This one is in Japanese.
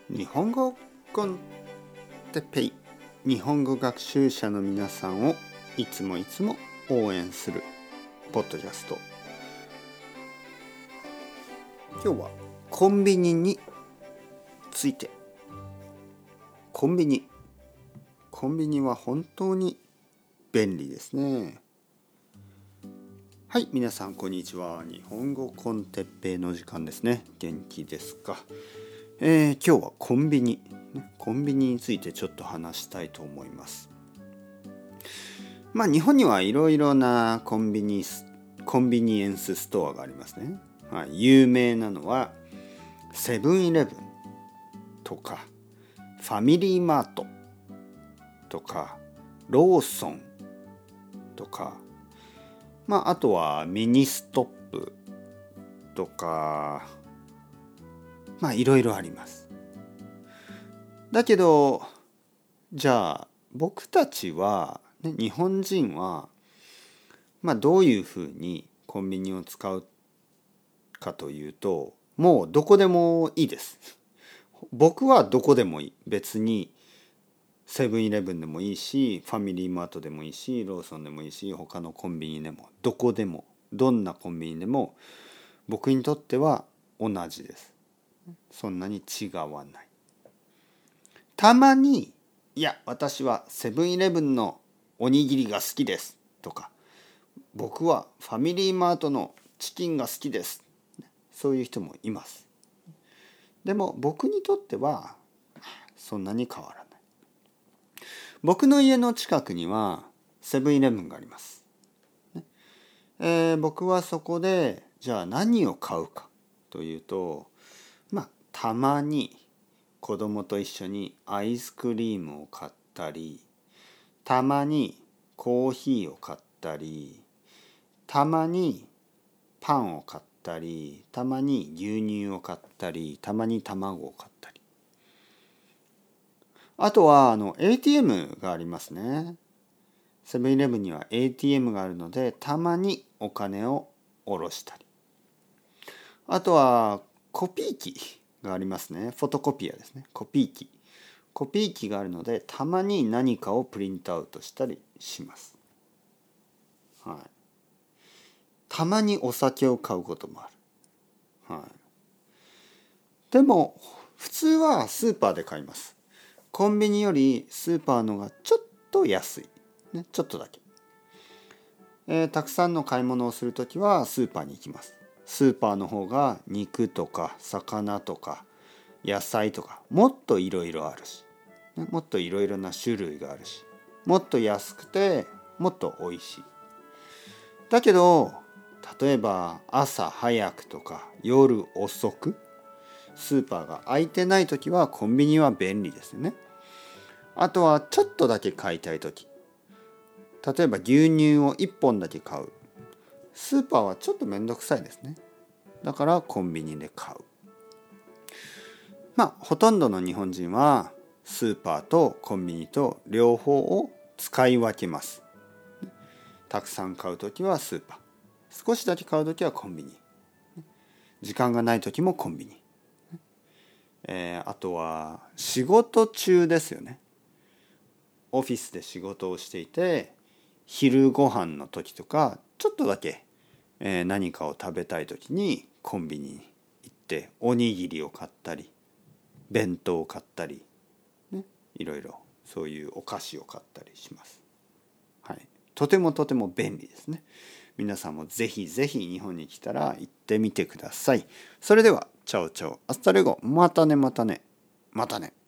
日本語コンテッペイ、日本語学習者の皆さんをいつも応援するポッドキャスト。今日はコンビニについて。コンビニは本当に便利ですね。はい、皆さんこんにちは。日本語コンテッペイの時間ですね。元気ですか？今日はコンビニについてちょっと話したいと思います。日本にはいろいろなコンビニエンスストアがありますね。有名なのはセブンイレブンとかファミリーマートとかローソンとか、あとはミニストップとか、いろいろあります。だけどじゃあ僕たちは、日本人は、どういうふうにコンビニを使うかというと、もうどこでもいいです。僕はどこでもいい。別にセブンイレブンでもいいし、ファミリーマートでもいいし、ローソンでもいいし、他のコンビニでも、どこでも、どんなコンビニでも僕にとっては同じです。そんなに違わない。たまに、いや私はセブンイレブンのおにぎりが好きですとか、僕はファミリーマートのチキンが好きです、そういう人もいます。でも僕にとってはそんなに変わらない。僕の家の近くにはセブンイレブンがあります、僕はそこでじゃあ何を買うかというと、たまに子供と一緒にアイスクリームを買ったり、たまにコーヒーを買ったり、たまにパンを買ったり、たまに牛乳を買ったり、たまに卵を買ったり。あとはATM がありますね。セブンイレブンには ATM があるので、たまにお金を下ろしたり。あとはコピー機がありますね。フォトコピアですね。コピー機があるので、たまに何かをプリントアウトしたりします。たまにお酒を買うこともある。でも普通はスーパーで買います。コンビニよりスーパーのがちょっと安い、ちょっとだけ。たくさんの買い物をするときはスーパーに行きます。スーパーの方が肉とか魚とか野菜とかもっといろいろあるし、もっといろいろな種類があるし、もっと安くてもっと美味しい。だけど例えば朝早くとか夜遅くスーパーが開いてないときはコンビニは便利ですよね。あとはちょっとだけ買いたいとき、例えば牛乳を1本だけ買う。スーパーはちょっとめんどくさいですね。だからコンビニで買う。ほとんどの日本人はスーパーとコンビニと両方を使い分けます。たくさん買うときはスーパー、少しだけ買うときはコンビニ、時間がないときもコンビニ。あとは仕事中ですよね。オフィスで仕事をしていて、昼ご飯の時とかちょっとだけ、何かを食べたい時にコンビニに行っておにぎりを買ったり、弁当を買ったり、いろいろそういうお菓子を買ったりします。とても便利ですね。皆さんもぜひぜひ日本に来たら行ってみてください。それではチャオチャオアスタレゴ、またね。